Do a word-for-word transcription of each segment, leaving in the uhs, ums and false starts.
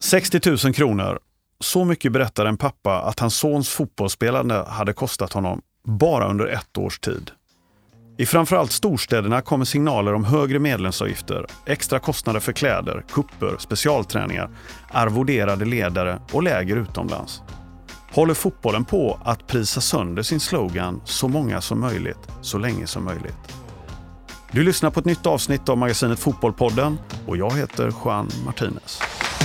sextio tusen kronor. Så mycket berättar en pappa att hans sons fotbollsspelande hade kostat honom bara under ett års tid. I framförallt storstäderna kommer signaler om högre medlemsavgifter, extra kostnader för kläder, kupper, specialträningar, arvoderade ledare och läger utomlands. Håller fotbollen på att prisa sönder sin slogan så många som möjligt, så länge som möjligt? Du lyssnar på ett nytt avsnitt av magasinet Fotbollpodden och jag heter Juan Martinez.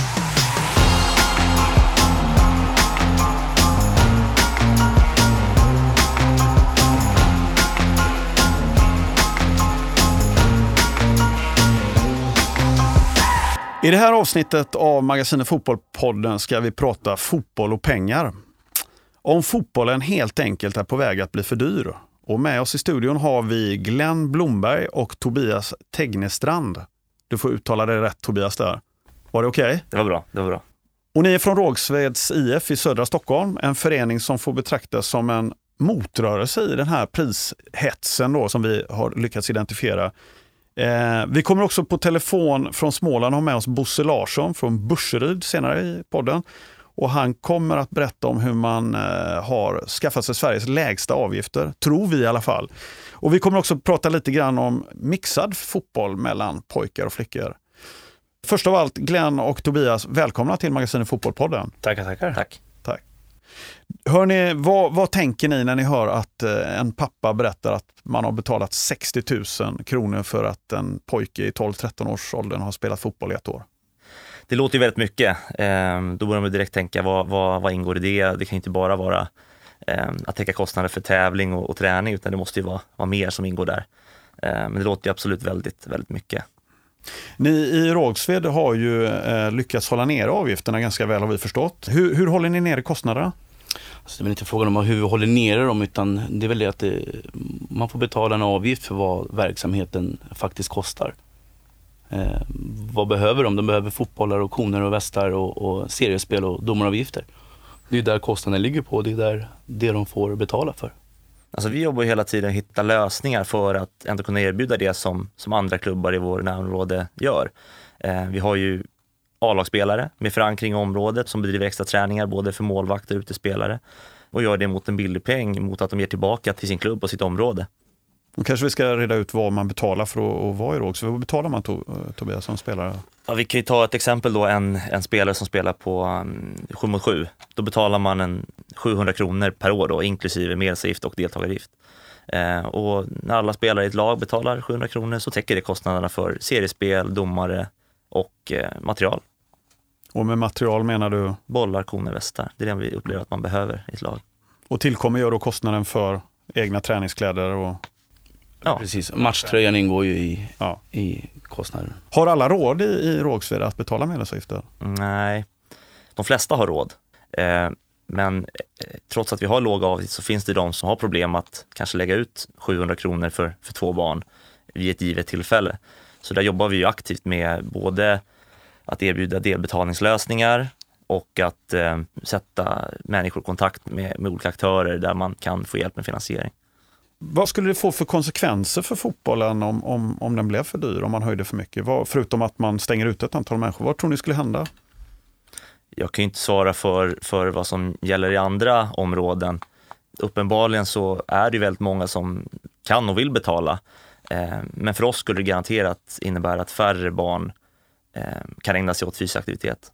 I det här avsnittet av magasinet Fotbollpodden ska vi prata fotboll och pengar. Om fotbollen helt enkelt är på väg att bli för dyr. Och med oss i studion har vi Glenn Blomberg och Tobias Tegnestrand. Du får uttala det rätt, Tobias, där. Var det okej? Okay? Det var bra, det var bra. Och ni är från Rågsveds I F i södra Stockholm. En förening som får betraktas som en motrörelse i den här prishetsen då, som vi har lyckats identifiera. Eh, vi kommer också på telefon från Småland ha med oss Bosse Larsson från Burseryd senare i podden. Och han kommer att berätta om hur man eh, har skaffat sig Sveriges lägsta avgifter, tror vi i alla fall. Och vi kommer också prata lite grann om mixad fotboll mellan pojkar och flickor. Först av allt, Glenn och Tobias, välkomna till magasinet Fotbollpodden. Tackar, tackar. Tack. Tack. Hör ni, vad, vad tänker ni när ni hör att eh, en pappa berättar att man har betalat sextio tusen kronor för att en pojke i tolv tretton års åldern har spelat fotboll i ett år? Det låter ju väldigt mycket. Eh, då börjar man direkt tänka, vad, vad, vad ingår i det? Det kan inte bara vara eh, att täcka kostnader för tävling och, och träning, utan det måste ju vara, vara mer som ingår där. Eh, men det låter ju absolut väldigt, väldigt mycket. Ni i Rågsved har ju eh, lyckats hålla ner avgifterna ganska väl, har vi förstått. Hur, hur håller ni ner kostnaderna? Alltså det är väl inte frågan om hur vi håller nere dem, utan det är väl det att det, man får betala en avgift för vad verksamheten faktiskt kostar. Eh, vad behöver de? De behöver fotbollar och koner och västar och, och seriespel och domaravgifter. Det är där kostnaden ligger på, det är där det de får betala för. Alltså vi jobbar ju hela tiden att hitta lösningar för att ändå kunna erbjuda det som, som andra klubbar i vår närområde gör. Eh, vi har ju A-lagsspelare med förankring i området som bedriver extra träningar både för målvakter och utespelare och gör det mot en billig peng mot att de ger tillbaka till sin klubb och sitt område. Och kanske vi ska reda ut vad man betalar för att, att vara i Rågsved. Vad betalar man, Tobias, som spelare? Ja, vi kan ju ta ett exempel då, en, en spelare som spelar på um, sju mot sju. Då betalar man en sjuhundra kronor per år då, inklusive medlemsavgift och deltagaravgift. Eh, och när alla spelare i ett lag betalar sjuhundra kronor så täcker det kostnaderna för seriespel, domare och eh, material. Och med material menar du? Bollar, koner, västar. Det är det vi upplever att man behöver i ett lag. Och tillkommer gör då kostnaden för egna träningskläder och... Ja, precis. Matchtröjan ingår ju i, ja. i kostnaden. Har alla råd i, i Rågsved att betala medlemsavgifter? Nej, de flesta har råd. Eh, men eh, trots att vi har låg avgift så finns det de som har problem att kanske lägga ut sjuhundra kronor för, för två barn vid ett givet tillfälle. Så där jobbar vi ju aktivt med både att erbjuda delbetalningslösningar och att eh, sätta människor i kontakt med, med olika aktörer där man kan få hjälp med finansiering. Vad skulle det få för konsekvenser för fotbollen om, om, om den blev för dyr, om man höjde för mycket? Vad, förutom att man stänger ut ett antal människor, vad tror ni skulle hända? Jag kan ju inte svara för, för vad som gäller i andra områden. Uppenbarligen så är det väldigt många som kan och vill betala. Eh, men för oss skulle det garanterat innebära att färre barn eh, kan ägna sig åt fysisk aktivitet.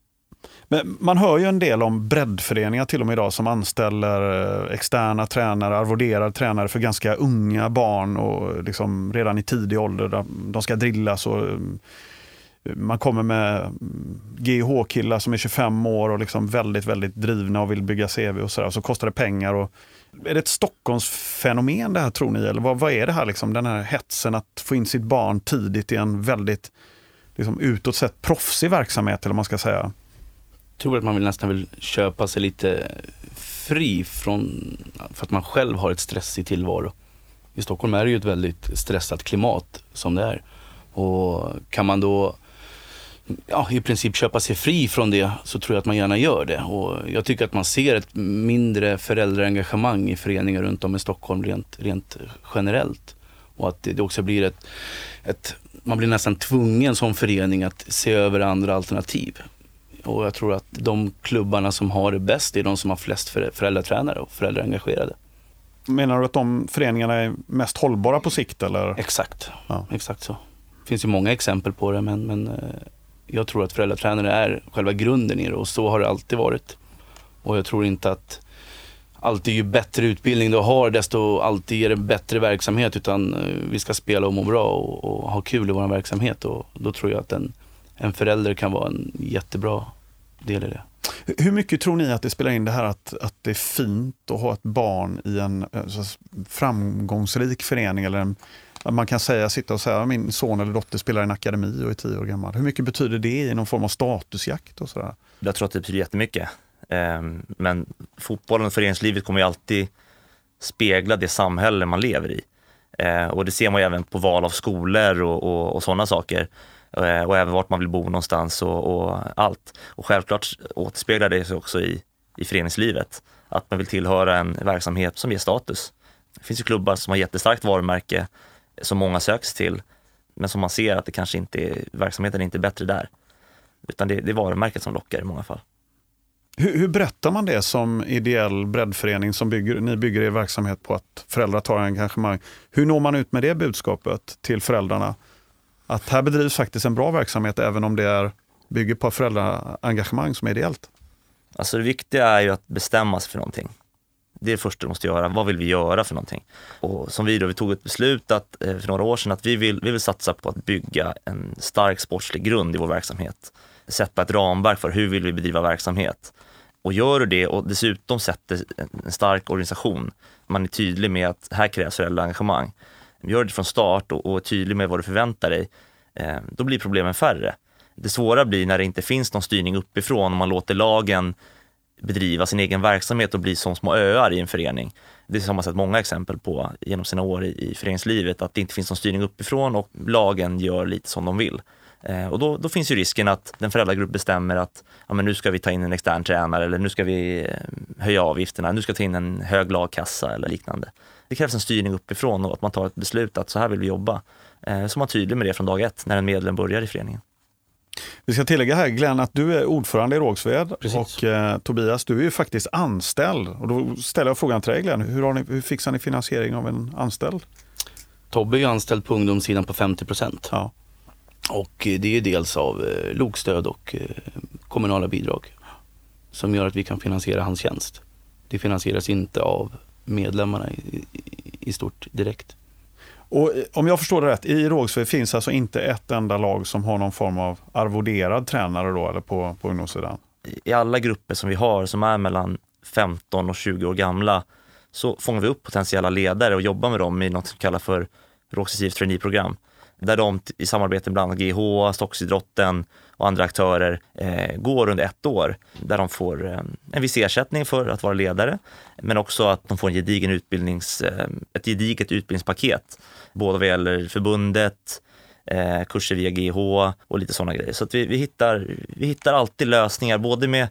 Men man hör ju en del om breddföreningar till och med idag som anställer externa tränare, arvoderar tränare för ganska unga barn och liksom redan i tidig ålder där de ska drillas och man kommer med G H-killar som är tjugofem år och liksom väldigt, väldigt drivna och vill bygga C V och sådär, så kostar det pengar. Och är det ett Stockholmsfenomen det här, tror ni? Eller vad, vad är det här liksom, den här hetsen att få in sitt barn tidigt i en väldigt liksom, utåt sett proffsig verksamhet, eller vad man ska säga? Jag tror att man vill nästan vill köpa sig lite fri från, för att man själv har ett stress i tillvaro. I Stockholm är det ju ett väldigt stressat klimat som det är. Och kan man då ja, i princip köpa sig fri från det, så tror jag att man gärna gör det. Och jag tycker att man ser ett mindre föräldraengagemang i föreningar runt om i Stockholm rent, rent generellt. Och att det också blir ett, ett, man blir nästan tvungen som förening att se över andra alternativ. Och jag tror att de klubbarna som har det bäst är de som har flest föräldratränare och föräldraengagerade. Menar du att de föreningarna är mest hållbara på sikt? Eller? Exakt, ja. Exakt så. Det finns ju många exempel på det, men, men jag tror att föräldratränare är själva grunden i det, och så har det alltid varit. Och jag tror inte att alltid ju bättre utbildning du har, desto alltid ger det bättre verksamhet, utan vi ska spela och må bra och, och ha kul i vår verksamhet, och då tror jag att en, en förälder kan vara en jättebra del i det. Hur mycket tror ni att det spelar in det här att, att det är fint att ha ett barn i en så, framgångsrik förening, eller en, man kan säga, sitta och säga min son eller dotter spelar i en akademi och är tio år gammal. Hur mycket betyder det i någon form av statusjakt och sådär? Jag tror att det betyder jättemycket. Men fotbollen och föreningslivet kommer ju alltid spegla det samhälle man lever i. Och det ser man ju även på val av skolor och, och, och sådana saker. Och även vart man vill bo någonstans och, och allt. Och självklart återspeglar det sig också i, i föreningslivet. Att man vill tillhöra en verksamhet som ger status. Det finns ju klubbar som har jättestarkt varumärke som många söks till. Men som man ser att det kanske inte är, verksamheten är inte bättre där. Utan det, det är varumärket som lockar i många fall. Hur, hur berättar man det som ideell breddförening som bygger, ni bygger er verksamhet på att föräldrar tar engagemang? Hur når man ut med det budskapet till föräldrarna? Att här bedrivs faktiskt en bra verksamhet även om det är, bygger på föräldraengagemang som är ideellt. Alltså det viktiga är ju att bestämma sig för någonting. Det är det första du måste göra. Vad vill vi göra för någonting? Och som vi då, vi tog ett beslut att, för några år sedan att vi vill, vi vill satsa på att bygga en stark sportslig grund i vår verksamhet. Sätta ett ramverk för hur vill vi bedriva verksamhet. Och gör du det och dessutom sätter en stark organisation. Man är tydlig med att här krävs föräldraengagemang. Gör det från start och, och är tydlig med vad du förväntar dig. Eh, då blir problemen färre. Det svåra blir när det inte finns någon styrning uppifrån och man låter lagen bedriva sin egen verksamhet och bli som små öar i en förening. Det har man sett många exempel på genom sina år i, i föreningslivet, att det inte finns någon styrning uppifrån och lagen gör lite som de vill. Eh, och då, då finns ju risken att den föräldragrupp bestämmer att ja, men nu ska vi ta in en extern tränare eller nu ska vi höja avgifterna, nu ska vi ta in en hög lagkassa eller liknande. Det krävs en styrning uppifrån och att man tar ett beslut att så här vill vi jobba. Eh, så man är tydlig med det från dag ett när en medlem börjar i föreningen. Vi ska tillägga här, Glenn, att du är ordförande i Rågsved. Precis. Och eh, Tobias, du är ju faktiskt anställd. Och då ställer jag frågan till dig, Glenn. Hur, har ni, hur fixar ni finansiering av en anställd? Tobbe är anställd på ungdomssidan på femtio procent. Ja. Och det är dels av eh, lokstöd och eh, kommunala bidrag som gör att vi kan finansiera hans tjänst. Det finansieras inte av medlemmarna i, i, i stort direkt. Och om jag förstår det rätt, i Rågsved finns alltså inte ett enda lag som har någon form av arvoderad tränare då, eller på, på ungdomssidan? I alla grupper som vi har som är mellan femton och tjugo år gamla så fångar vi upp potentiella ledare och jobbar med dem i något som kallas för Rågsveds trainee-program. Där de i samarbete med bland annat G H, Stocksidrotten och andra aktörer eh, går under ett år. Där de får eh, en viss ersättning för att vara ledare. Men också att de får en gedigen utbildnings, eh, ett gediget utbildningspaket. Både vad gäller förbundet, eh, kurser via G H och lite sådana grejer. Så att vi, vi, hittar, vi hittar alltid lösningar både med,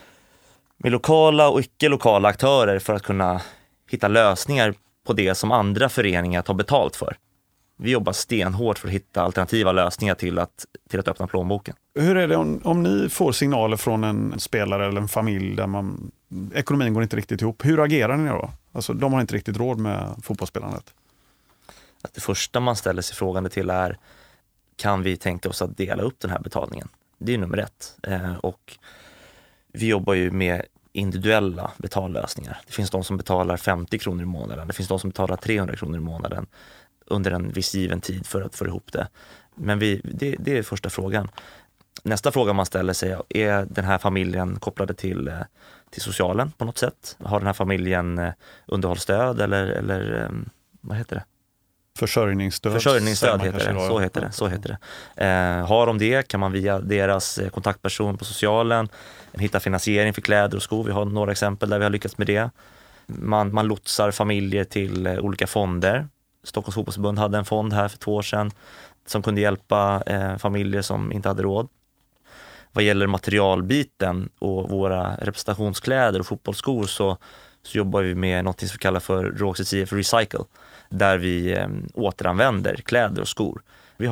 med lokala och icke-lokala aktörer för att kunna hitta lösningar på det som andra föreningar tar betalt för. Vi jobbar stenhårt för att hitta alternativa lösningar till att, till att öppna plånboken. Hur är det om, om ni får signaler från en spelare eller en familj där man, ekonomin går inte riktigt ihop? Hur agerar ni då? Alltså, de har inte riktigt råd med fotbollsspelandet. Att det första man ställer sig frågan till är, kan vi tänka oss att dela upp den här betalningen? Det är nummer ett. Eh, och vi jobbar ju med individuella betallösningar. Det finns de som betalar femtio kronor i månaden. Det finns de som betalar trehundra kronor i månaden under en viss given tid för att få ihop det. Men vi, det, det är första frågan. Nästa fråga man ställer sig är den här familjen kopplade till, till socialen på något sätt? Har den här familjen underhållsstöd eller, eller vad heter det? Försörjningsstöd. Försörjningsstöd heter det. Så heter det. Så heter det. Eh, har de det kan man via deras kontaktperson på socialen hitta finansiering för kläder och skor. Vi har några exempel där vi har lyckats med det. Man, man lotsar familjer till olika fonder. Stockholms fotbollsförbund hade en fond här för två år sedan som kunde hjälpa eh, familjer som inte hade råd. Vad gäller materialbiten och våra representationskläder och fotbollsskor så, så jobbar vi med något som vi kallar för Rågsveds I F Recycle, där vi eh, återanvänder kläder och skor. Vi har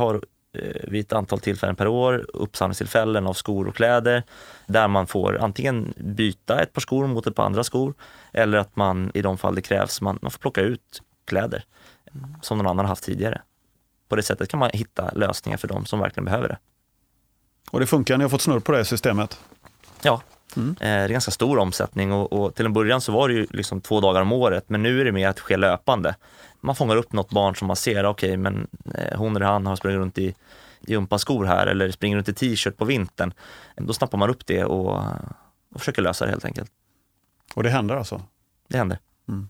eh, vid ett antal tillfällen per år, uppsamlingstillfällen av skor och kläder, där man får antingen byta ett par skor mot ett par andra skor, eller att man i de fall det krävs, man, man får plocka ut kläder som någon annan haft tidigare. På det sättet kan man hitta lösningar för dem som verkligen behöver det. Och det funkar, ni har fått snurr på det systemet? Ja, mm. eh, det är ganska stor omsättning och, och till en början så var det ju liksom två dagar om året, men nu är det mer att ske löpande. Man fångar upp något barn som man ser, okej, okay, men eh, hon eller han har sprungit runt i, i umpaskor här eller springer runt i t-shirt på vintern. Då snappar man upp det och, och försöker lösa det helt enkelt. Och det händer alltså? Det händer. Mm.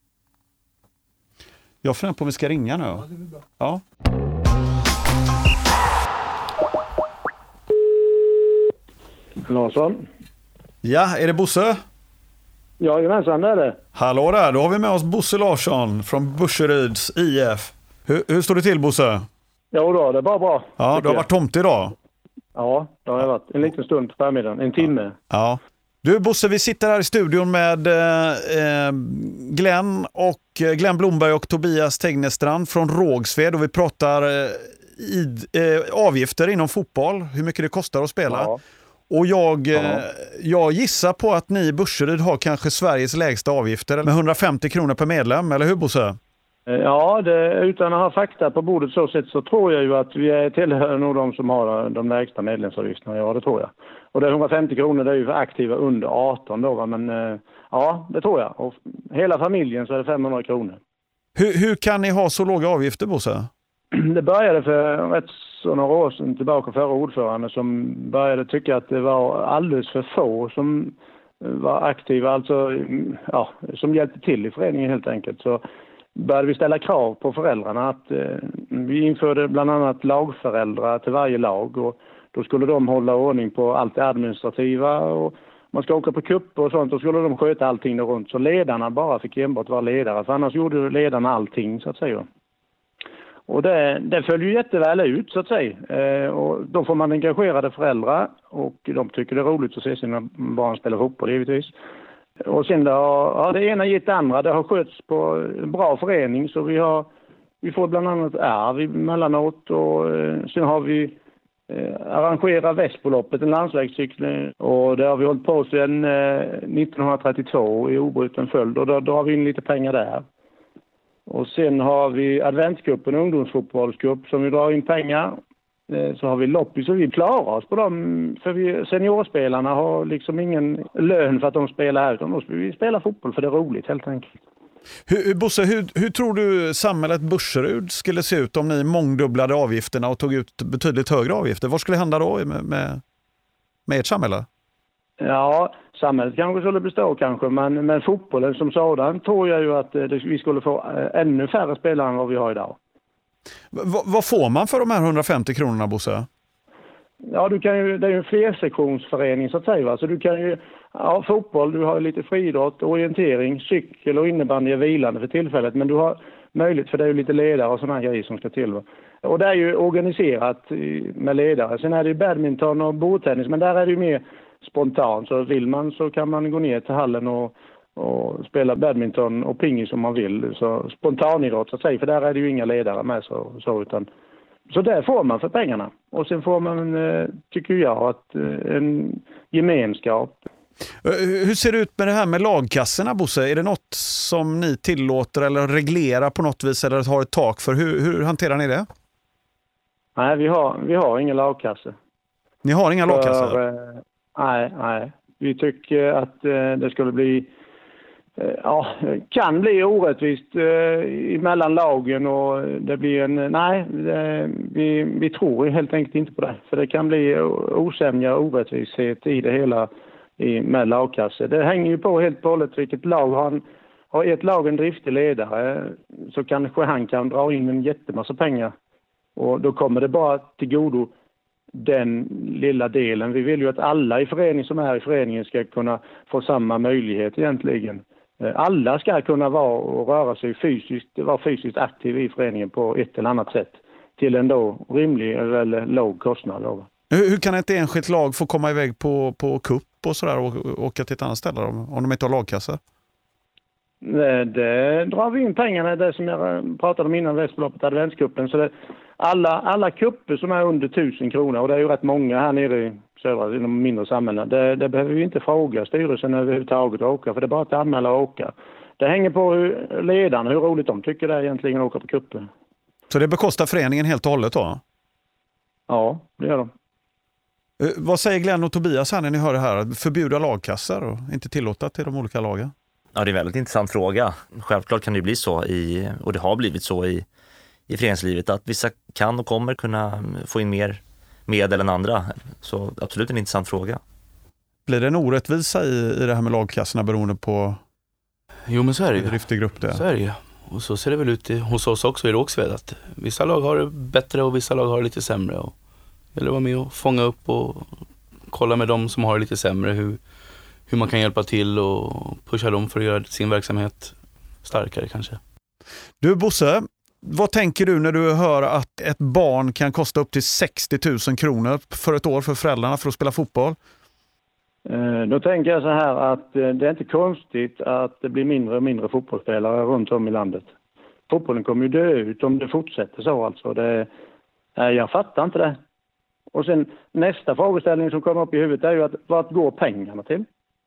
Jag funderar på om vi ska ringa nu. Ja, det är bra. Ja. Larsson. Ja, är det Bosse? Ja, jajamensan, det är det. Hallå där, då har vi med oss Bosse Larsson från Burseryds I F. Hur, hur står det till, Bosse? Ja då, det är bara bra. Ja, du har varit tomt idag. Ja, det har jag varit. En liten stund på förmiddagen, en timme. Ja. Du Bosse, vi sitter här i studion med eh, Glenn och eh, Glenn Blomberg och Tobias Tegnestrand från Rågsved, och vi pratar eh, i, eh, avgifter inom fotboll, hur mycket det kostar att spela. Ja. Och jag, Ja. eh, jag gissar på att ni i Burseryd har kanske Sveriges lägsta avgifter med hundrafemtio kronor per medlem, eller hur Bosse? Ja, det, utan att ha fakta på bordet så sett så tror jag ju att vi är tillhör nog de som har de lägsta medlemsavgifterna. Ja, det tror jag. Och det är hundrafemtio kronor, det är ju för aktiva under arton då, va? Men eh, ja, det tror jag. Och hela familjen så är det femhundra kronor. Hur, hur kan ni ha så låga avgifter, Bosse? Det började för rätt så några år sedan tillbaka förra ordförande som började tycka att det var alldeles för få som var aktiva, alltså ja, som hjälpte till i föreningen helt enkelt. Så började vi ställa krav på föräldrarna att eh, vi införde bland annat lagföräldrar till varje lag, och då skulle de hålla ordning på allt det administrativa, och man ska åka på cup och sånt, och skulle de sköta allting där runt. Så ledarna bara fick enbart vara ledare, för annars gjorde ledarna allting så att säga. Och det, det följer ju jätteväl ut så att säga. Eh, och då får man engagerade föräldrar, och de tycker det är roligt att se sina barn spela fotboll givetvis. Och sen då har det ena gett det andra. Det har skötts på en bra förening, så vi har vi får bland annat arv emellanåt, och eh, sen har vi eh, arrangerat Västboloppet, en landsvägscykling, och det har vi hållit på sedan eh, nittonhundratrettiotvå i obruten följd, och då, då har vi in lite pengar där. Och sen har vi adventscupen, ungdomsfotbollscup, som vi drar in pengar. Så har vi loppis, så vi klarar oss på dem. För vi, seniorspelarna har liksom ingen lön för att de spelar här, utan då ska vi spela fotboll för det är roligt helt enkelt. Hur, Bosse, hur, hur tror du samhället Burseryd skulle se ut om ni mångdubblade avgifterna och tog ut betydligt högre avgifter? Vad skulle hända då med, med, med ert samhälle? Ja, samhället kanske skulle bestå kanske, men, men fotbollen som sådan tror jag ju att det, vi skulle få ännu färre spelare än vad vi har idag. V- vad får man för de här hundrafemtio kronorna, Bosse? Ja, du kan ju, det är ju en flersektionsförening så att säga, va? Så du kan ju, ja, fotboll, du har lite friidrott, orientering, cykel och innebandy är vilande för tillfället, men du har möjlighet, för det är ju lite ledare och sådana grejer som ska till, va? Och det är ju organiserat med ledare. Sen är det ju badminton och bordtennis, men där är det ju mer spontant, så vill man så kan man gå ner till hallen och, och spela badminton och pingis som man vill. Så spontanidrott så att säga, för där är det ju inga ledare med så, så utan så där får man för pengarna. Och sen får man, tycker jag, att en gemenskap. Hur ser det ut med det här med lagkassorna, Bosse? Är det något som ni tillåter eller reglerar på något vis, eller har ett tak för? Hur, hur hanterar ni det? Nej, vi har, vi har ingen lagkasse. Ni har inga lagkassor? För, nej, nej. Vi tycker att eh, det skulle bli, eh, ja, kan bli orättvist eh, mellan lagen, och det blir en, nej, det, vi, vi tror helt enkelt inte på det. För det kan bli osämja och orättvishet i det hela i, med lagkasse. Det hänger ju på helt på hållet vilket lag har. Har ett lag en driftig ledare, så kanske han kan dra in en jättemassa pengar. Och då kommer det bara till godo den lilla delen. Vi vill ju att alla i föreningen som är i föreningen ska kunna få samma möjlighet egentligen. Alla ska kunna vara och röra sig fysiskt, vara fysiskt aktiv i föreningen på ett eller annat sätt till en då rimlig eller låg kostnad. Då. Hur, hur kan ett enskilt lag få komma iväg på, på cup och sådär och åka till ett annat ställe om, om de inte har lagkassa? Det, det drar vi in pengarna, det som jag pratade om innan Västbeloppet, adventskuppen. Så det, alla, alla kupper som är under tusen kronor, och det är ju rätt många här nere i södra, i de mindre samhällen, det, det behöver vi inte fråga styrelsen överhuvudtaget att åka, för det är bara att anmäla och åka. Det hänger på hur ledarna, hur roligt de tycker det är egentligen att åka på kupper. Så det bekostar föreningen helt och hållet då? Ja, det gör de. Eh, vad säger Glenn och Tobias här när ni hör det här? Förbjuda lagkassar och inte tillåta till de olika lagen? Ja, det är en väldigt intressant fråga. Självklart kan det bli så, i, och det har blivit så i, i föreningslivet, att vissa kan och kommer kunna få in mer medel än andra. Så absolut en intressant fråga. Blir det en orättvisa i, i det här med lagkassorna beroende på Jo, men så är det ju. driftig grupp det? Så är det ju. Och så ser det väl ut i, hos oss också i Rågsved, att vissa lag har det bättre och vissa lag har det lite sämre. Och det gäller att vara med och fånga upp och kolla med dem som har det lite sämre hur, hur man kan hjälpa till och pusha dem för att göra sin verksamhet starkare kanske. Du Bosse, vad tänker du när du hör att ett barn kan kosta upp till sextio tusen kronor för ett år för föräldrarna för att spela fotboll? Då tänker jag så här att det är inte konstigt att det blir mindre och mindre fotbollsspelare runt om i landet. Fotbollen kommer ju dö ut om det fortsätter så alltså. Det, jag fattar inte det. Och sen nästa frågeställning som kommer upp i huvudet är ju att vart går pengarna till?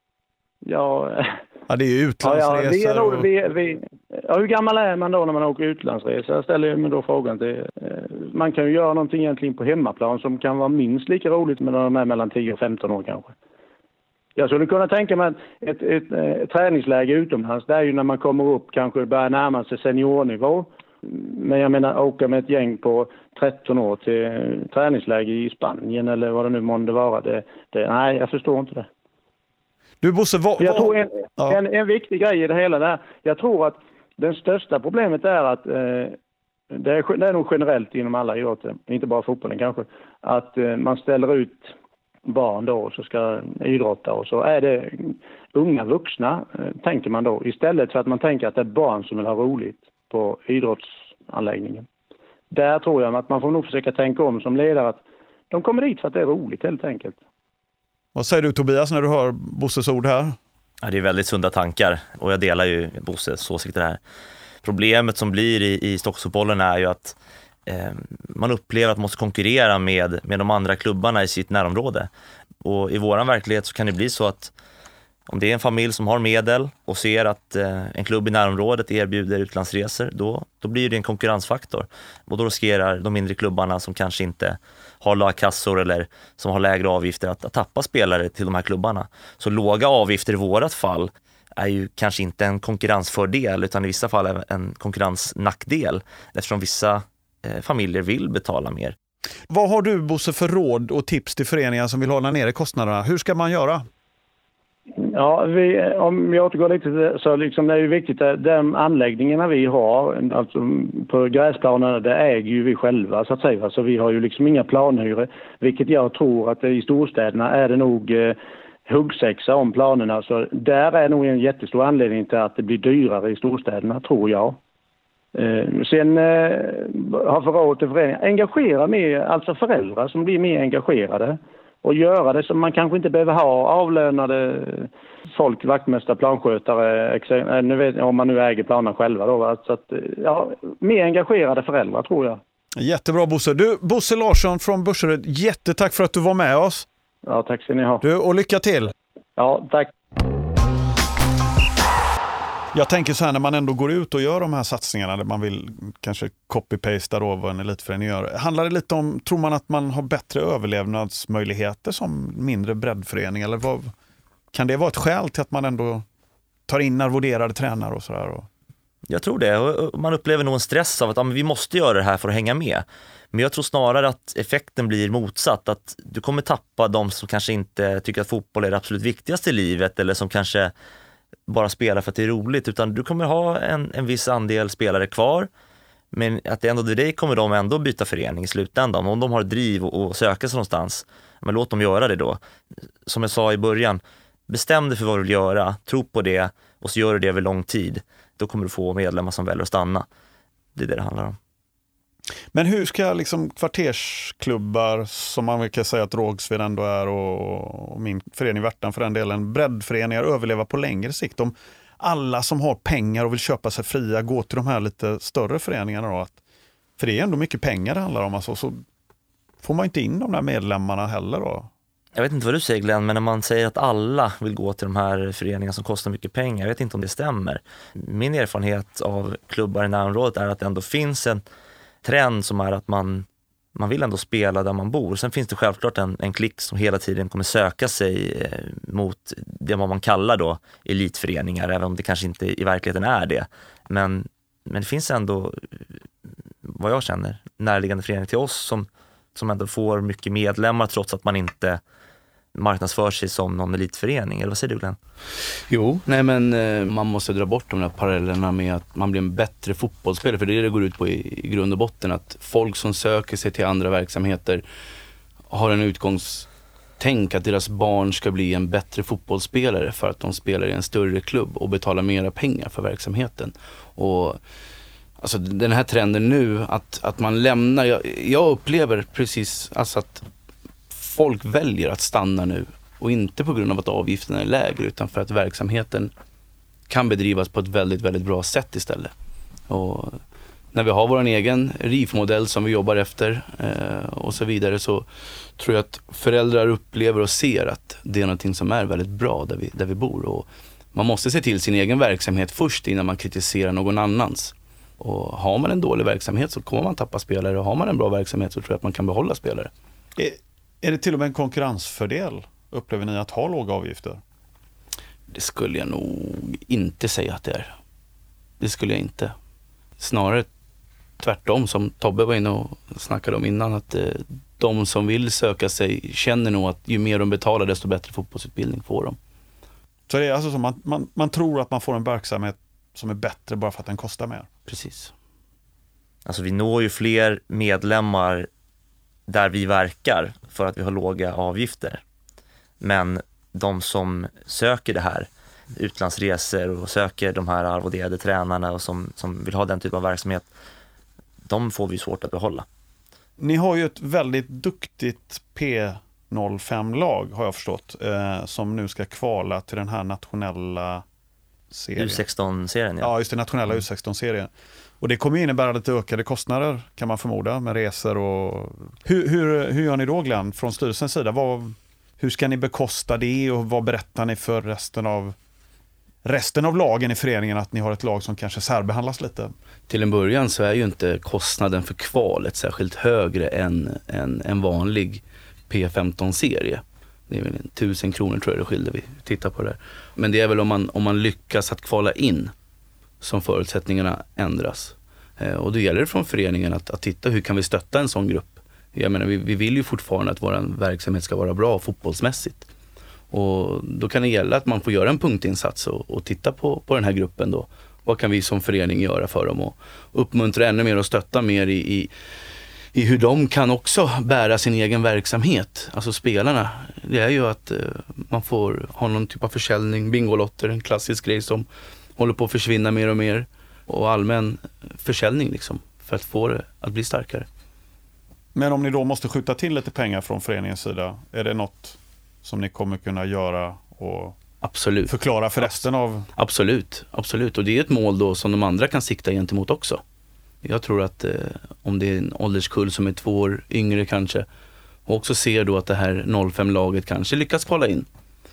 Ja, ja det är ju utlandsresor. Ja, vi är nog, vi, vi, ja, hur gammal är man då när man åker utlandsresor? Jag ställer mig då frågan till... Man kan ju göra någonting egentligen på hemmaplan som kan vara minst lika roligt med när de är mellan tio och femton år kanske. Jag skulle kunna tänka mig ett, ett, ett, ett träningsläge utomlands. Det är ju när man kommer upp, kanske börjar närma sig seniornivå. Men jag menar, åka med ett gäng på tretton år till träningsläge i Spanien eller vad det nu månde vara. Det, det, nej, jag förstår inte det. Du Bosse, vad... Jag tror en, ja. en, en viktig grej i det hela där. Jag tror att det största problemet är att eh, det, är, det är nog generellt inom alla idrotter, inte bara fotbollen kanske, att eh, man ställer ut barn då så ska idrotta och så är det unga vuxna, eh, tänker man då, istället för att man tänker att det är barn som vill ha roligt på idrottsanläggningen. Där tror jag att man får nog försöka tänka om som ledare att de kommer dit för att det är roligt helt enkelt. Vad säger du Tobias när du hör Bosses ord här? Ja, det är väldigt sunda tankar och jag delar ju Bosses åsikter här. Problemet som blir i, i Stockholmsfotbollen är ju att eh, man upplever att man måste konkurrera med, med de andra klubbarna i sitt närområde. Och i våran verklighet så kan det bli så att om det är en familj som har medel och ser att eh, en klubb i närområdet erbjuder utlandsresor, då, då blir det en konkurrensfaktor. Och då riskerar de mindre klubbarna som kanske inte har lagkassor eller som har lägre avgifter att, att tappa spelare till de här klubbarna. Så låga avgifter i vårat fall är ju kanske inte en konkurrensfördel utan i vissa fall en konkurrensnackdel eftersom vissa eh, familjer vill betala mer. Vad har du Bosse för råd och tips till föreningar som vill hålla nere kostnaderna? Hur ska man göra? Ja, vi, om jag återgår lite till det, så liksom det är ju viktigt att de anläggningarna vi har, alltså på gräsplanerna, det äger ju vi själva så att säga. Så vi har ju liksom inga planhyror, vilket jag tror att i storstäderna är det nog eh, huggsexa om planerna. Så där är nog en jättestor anledning till att det blir dyrare i storstäderna, tror jag. Eh, sen eh, har för råd till föreningar, engagera mer, alltså föräldrar som blir mer engagerade. Och göra det som man kanske inte behöver ha avlönade folk, vaktmästare, planskötare, nu vet, om man nu äger planen själva då. Så att, ja, mer engagerade föräldrar tror jag. Jättebra Bosse. Du, Bosse Larsson från Burseryd, jättetack för att du var med oss. Ja, tack ska ni ha. Du, och lycka till. Ja, tack. Jag tänker så här när man ändå går ut och gör de här satsningarna där man vill kanske copy-pasta då vad en elitförening gör. Handlar det lite om, tror man att man har bättre överlevnadsmöjligheter som mindre breddförening? Eller vad, kan det vara ett skäl till att man ändå tar in arvoderade tränare och sådär? Jag tror det. Man upplever nog en stress av att ja, men vi måste göra det här för att hänga med. Men jag tror snarare att effekten blir motsatt. Att du kommer tappa de som kanske inte tycker att fotboll är det absolut viktigaste i livet eller som kanske bara spela för att det är roligt, utan du kommer ha en, en viss andel spelare kvar, men att det ändå dig kommer de ändå byta förening i slutändan. Om de har driv och, och söka sig någonstans, men låt dem göra det då. Som jag sa i början, bestäm dig för vad du vill göra, tro på det och så gör du det över lång tid. Då kommer du få medlemmar som väljer att stanna. Det är det det handlar om. Men hur ska liksom kvartersklubbar, som man kan säga att Rågsved ändå är och, och min förening Värtan för den delen, breddföreningar överleva på längre sikt? Om alla som har pengar och vill köpa sig fria gå till de här lite större föreningarna då? Att, för det är ändå mycket pengar det handlar om. Alltså, så får man inte in de där medlemmarna heller då? Jag vet inte vad du säger Glenn, men när man säger att alla vill gå till de här föreningarna som kostar mycket pengar, jag vet inte om det stämmer. Min erfarenhet av klubbar i närområdet är att det ändå finns en trend som är att man, man vill ändå spela där man bor. Sen finns det självklart en, en klick som hela tiden kommer söka sig eh, mot det vad man kallar då elitföreningar, även om det kanske inte i verkligheten är det. Men, men det finns ändå, vad jag känner, närliggande föreningar till oss som, som ändå får mycket medlemmar trots att man inte marknadsför sig som någon elitförening, eller vad säger du Glenn? Jo, nej men eh, man måste dra bort de där parallellerna med att man blir en bättre fotbollsspelare, för det är det det går ut på i, i grund och botten, att folk som söker sig till andra verksamheter har en utgångstänk att deras barn ska bli en bättre fotbollsspelare för att de spelar i en större klubb och betalar mera pengar för verksamheten. Och alltså den här trenden nu att, att man lämnar, jag, jag upplever precis alltså att folk väljer att stanna nu, och inte på grund av att avgiften är lägre, utan för att verksamheten kan bedrivas på ett väldigt, väldigt bra sätt istället. Och när vi har vår egen R I F-modell som vi jobbar efter eh, och så vidare, så tror jag att föräldrar upplever och ser att det är någonting som är väldigt bra där vi, där vi bor. Och man måste se till sin egen verksamhet först innan man kritiserar någon annans. Och har man en dålig verksamhet så kommer man tappa spelare, och har man en bra verksamhet så tror jag att man kan behålla spelare. Är, är det till och med en konkurrensfördel, upplever ni, att ha låga avgifter? Det skulle jag nog inte säga att det är. Det skulle jag inte. Snarare tvärtom, som Tobbe var inne och snackade om innan, att eh, de som vill söka sig känner nog att ju mer de betalar desto bättre fotbollsutbildning får de. Så det är alltså som man, man, man tror att man får en verksamhet som är bättre bara för att den kostar mer? Precis. Alltså vi når ju fler medlemmar där vi verkar för att vi har låga avgifter. Men de som söker det här, utlandsresor och söker de här arvoderade tränarna och som, som vill ha den typen av verksamhet, de får vi svårt att behålla. Ni har ju ett väldigt duktigt P noll fem-lag, har jag förstått, eh, som nu ska kvala till den här nationella serien. U sexton-serien, ja. Ja, just det, nationella U sexton-serien. Och det kommer innebära lite ökade kostnader, kan man förmoda, med resor och... Hur, hur, hur gör ni då, Glenn, från styrelsens sida? Vad, hur ska ni bekosta det, och vad berättar ni för resten av resten av lagen i föreningen, att ni har ett lag som kanske särbehandlas lite? Till en början så är ju inte kostnaden för kvalet särskilt högre än en, en vanlig P femton-serie. Det är väl en tusen kronor tror jag det skiljer, vi tittar på det här. Men det är väl om man, om man lyckas att kvala in som förutsättningarna ändras. Eh, och då gäller det från föreningen att, att titta hur kan vi stötta en sån grupp. Jag menar, vi, vi vill ju fortfarande att vår verksamhet ska vara bra fotbollsmässigt. Och då kan det gälla att man får göra en punktinsats och, och titta på, på den här gruppen då. Vad kan vi som förening göra för dem, och uppmuntra ännu mer och stötta mer i, i, i hur de kan också bära sin egen verksamhet. Alltså spelarna, det är ju att eh, man får ha någon typ av försäljning, bingolotter, en klassisk grej som håller på att försvinna mer och mer, och allmän försäljning liksom, för att få det att bli starkare. Men om ni då måste skjuta till lite pengar från föreningens sida, är det något som ni kommer kunna göra och absolut förklara för resten av... Absolut, absolut. Och det är ett mål då som de andra kan sikta gentemot också. Jag tror att eh, om det är en ålderskull som är två år yngre kanske, och också ser då att det här noll fem-laget kanske lyckas kvala in,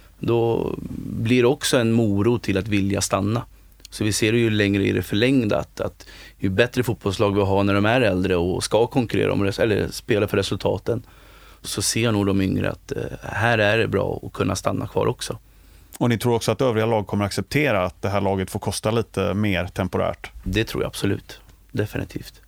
då blir det också en morot till att vilja stanna. Så vi ser det ju längre i det förlängda, att, att ju bättre fotbollslag vi har när de är äldre och ska konkurrera om res- eller spela för resultaten, så ser nog de yngre att eh, här är det bra att kunna stanna kvar också. Och ni tror också att övriga lag kommer acceptera att det här laget får kosta lite mer temporärt? Det tror jag absolut. Definitivt.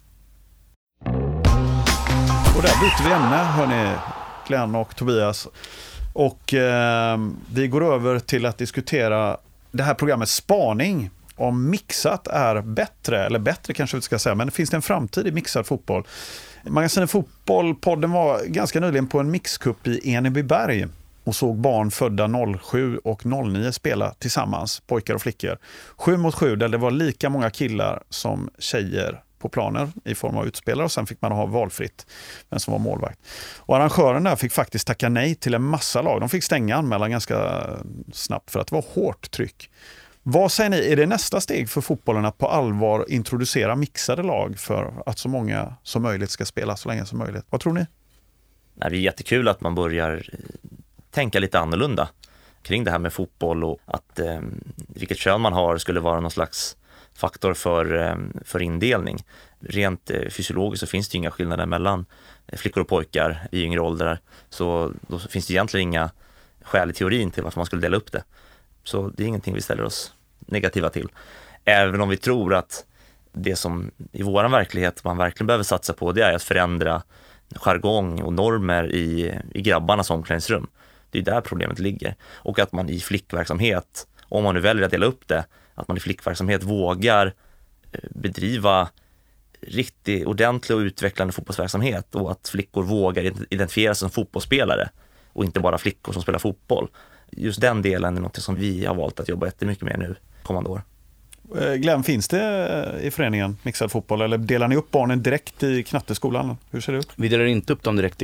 Och där byter vi ämne, hörni, Glenn och Tobias. Och eh, vi går över till att diskutera det här programmet Spaning. Om mixat är bättre, eller bättre kanske vi ska säga, men finns det en framtid i mixad fotboll? Magasinet Fotboll-podden var ganska nyligen på en mixcup i Enebyberg och såg barn födda noll sju och noll nio spela tillsammans, pojkar och flickor. Sju mot sju, där det var lika många killar som tjejer på planer i form av utspelare, och sen fick man ha valfritt vem som var målvakt. Och arrangören där fick faktiskt tacka nej till en massa lag. De fick stänga anmälan ganska snabbt för att det var hårt tryck Vad säger ni, är det nästa steg för fotbollen att på allvar introducera mixade lag för att så många som möjligt ska spela så länge som möjligt? Vad tror ni? Nej, det är jättekul att man börjar tänka lite annorlunda kring det här med fotboll och att eh, vilket kön man har skulle vara någon slags faktor för, eh, för indelning. Rent eh, fysiologiskt så finns det inga skillnader mellan flickor och pojkar i yngre åldrar, så då finns det egentligen inga skäl i teorin till varför man skulle dela upp det. Så det är ingenting vi ställer oss negativa till. Även om vi tror att det som i vår verklighet man verkligen behöver satsa på, det är att förändra jargong och normer i, i grabbarnas omklädningsrum. Det är där problemet ligger. Och att man i flickverksamhet, om man nu väljer att dela upp det, att man i flickverksamhet vågar bedriva riktigt ordentlig och utvecklande fotbollsverksamhet och att flickor vågar identifiera sig som fotbollsspelare och inte bara flickor som spelar fotboll. Just den delen är något som vi har valt att jobba jättemycket med nu kommande år. Glenn, finns det i föreningen mixad fotboll eller delar ni upp barnen direkt i knatteskolan? Hur ser det ut? Vi delar inte upp dem direkt i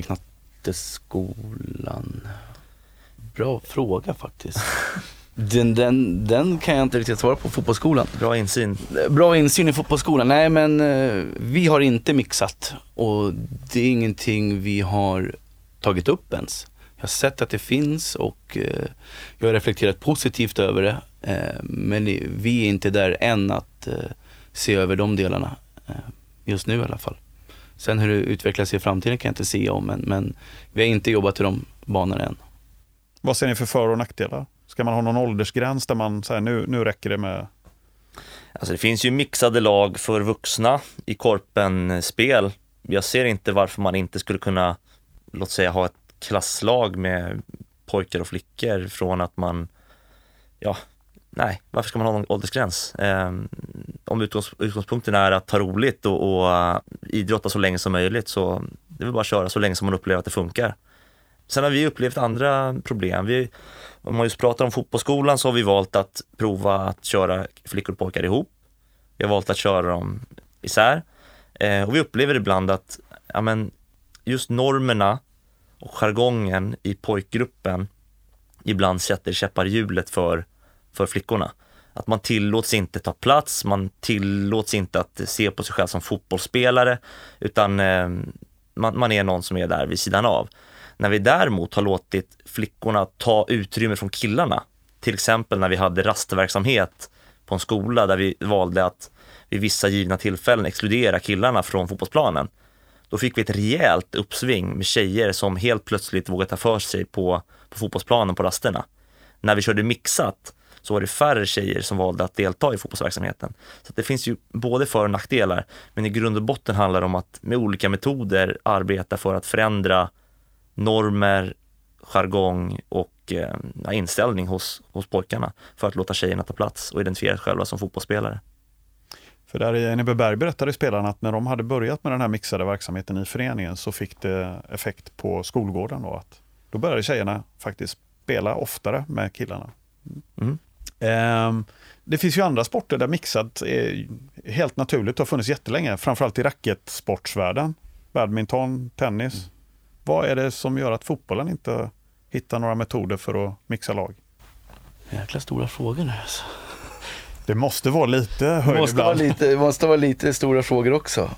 knatteskolan. Bra fråga faktiskt. Den, den, den kan jag inte riktigt svara på. Fotbollsskolan. Bra insyn. Bra insyn i fotbollsskolan. Nej, men eh, vi har inte mixat. Och det är ingenting vi har tagit upp ens. Jag har sett att det finns och eh, jag har reflekterat positivt över det. Eh, men vi är inte där än att eh, se över de delarna. Eh, just nu i alla fall. Sen hur det utvecklas i framtiden kan jag inte se om. Men, men vi har inte jobbat i de banorna än. Vad ser ni för för- och nackdelar? Ska man ha någon åldersgräns där man säger nu, nu räcker det med... Alltså det finns ju mixade lag för vuxna i korpenspel. Jag ser inte varför man inte skulle kunna, låt säga, ha ett klasslag med pojkar och flickor från att man, ja, nej, varför ska man ha någon åldersgräns? Eh, om utgångs, utgångspunkten är att ta roligt och, och uh, idrotta så länge som möjligt, så det vill bara köra så länge som man upplever att det funkar. Sen har vi upplevt andra problem. Vi, om man just pratar om fotbollsskolan så har vi valt att prova att köra flickor och pojkar ihop. Vi har valt att köra dem isär. Eh, och vi upplever ibland att ja, men, just normerna och jargongen i pojkgruppen ibland sätter käppar i hjulet för, för flickorna. Att man tillåts inte ta plats, man tillåts inte att se på sig själv som fotbollsspelare, utan eh, man, man är någon som är där vid sidan av. När vi däremot har låtit flickorna ta utrymme från killarna, till exempel när vi hade rastverksamhet på en skola där vi valde att vid vissa givna tillfällen exkludera killarna från fotbollsplanen, då fick vi ett rejält uppsving med tjejer som helt plötsligt vågade ta för sig på, på fotbollsplanen på rasterna. När vi körde mixat så var det färre tjejer som valde att delta i fotbollsverksamheten. Så att det finns ju både för- och nackdelar, men i grund och botten handlar det om att med olika metoder arbeta för att förändra normer, jargong och eh, inställning hos, hos pojkarna för att låta tjejerna ta plats och identifiera sig själva som fotbollsspelare. För där i Enebyberg berättade spelarna att när de hade börjat med den här mixade verksamheten i föreningen så fick det effekt på skolgården. Då, att då började tjejerna faktiskt spela oftare med killarna. Mm. Eh, det finns ju andra sporter där mixat är helt naturligt och har funnits jättelänge, framförallt i racketsportsvärlden. Badminton, tennis. Mm. Vad är det som gör att fotbollen inte hittar några metoder för att mixa lag? Jäkla stora frågor nu alltså. Det måste vara lite höjd det måste ibland. vara lite, det måste vara lite stora frågor också.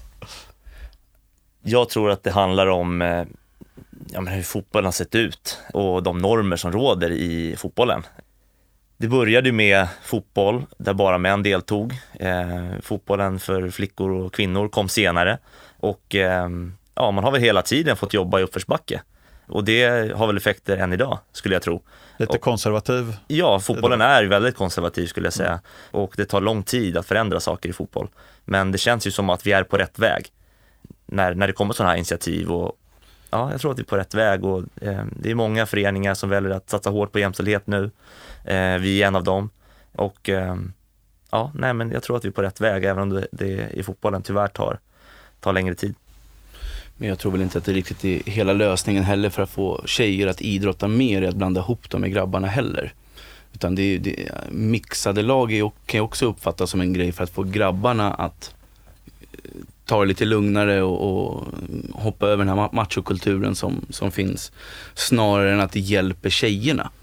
Jag tror att det handlar om eh, ja, men hur fotbollen har sett ut och de normer som råder i fotbollen. Det började med fotboll där bara män deltog. Eh, fotbollen för flickor och kvinnor kom senare. Och eh, ja, man har väl hela tiden fått jobba i uppförsbacke. Och det har väl effekter än idag, skulle jag tro. Lite och, konservativ. Ja, fotbollen är väldigt konservativ skulle jag säga. Mm. Och det tar lång tid att förändra saker i fotboll. Men det känns ju som att vi är på rätt väg. När, när det kommer sådana här initiativ. Och, ja, jag tror att vi är på rätt väg. Och, eh, det är många föreningar som väljer att satsa hårt på jämställdhet nu. Eh, vi är en av dem. Och eh, ja, nej, men jag tror att vi är på rätt väg. Även om det, det i fotbollen tyvärr tar, tar längre tid. Men jag tror väl inte att det riktigt är hela lösningen heller för att få tjejer att idrotta mer, att blanda ihop dem med grabbarna heller. Utan det, det, mixade lag är, kan också uppfattas som en grej för att få grabbarna att ta det lite lugnare och, och hoppa över den här machokulturen som, som finns, snarare än att det hjälper tjejerna.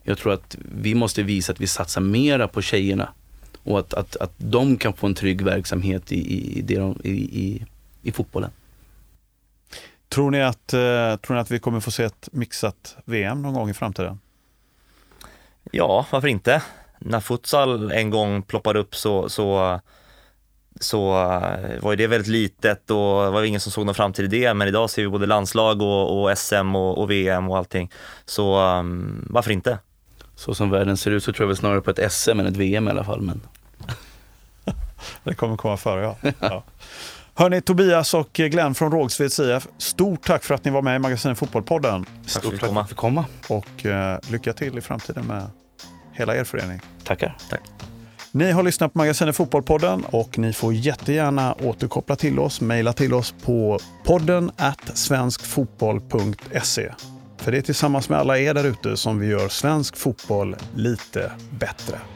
Jag tror att vi måste visa att vi satsar mera på tjejerna och att, att, att de kan få en trygg verksamhet i, i, det de, i, i, i fotbollen. Tror ni, att, eh, tror ni att vi kommer få se ett mixat V M någon gång i framtiden? Ja, varför inte? När futsal en gång ploppade upp så, så, så var ju det väldigt litet och var ingen som såg någon framtid i det. Men idag ser vi både landslag och, och S M och, och V M och allting. Så um, varför inte? Så som världen ser ut så tror jag väl snarare på ett S M än ett V M i alla fall. Men... det kommer komma före, ja. ja. Hörni, Tobias och Glenn från Rågsveds I F, stort tack för att ni var med i Magasinet Fotbollpodden. Stort tack för att ni fick komma. Och eh, lycka till i framtiden med hela er förening. Tackar. Tack. Ni har lyssnat på Magasinet Fotbollpodden och ni får jättegärna återkoppla till oss, mejla till oss på podden at svenskfotboll punkt se. För det är tillsammans med alla er där ute som vi gör svensk fotboll lite bättre.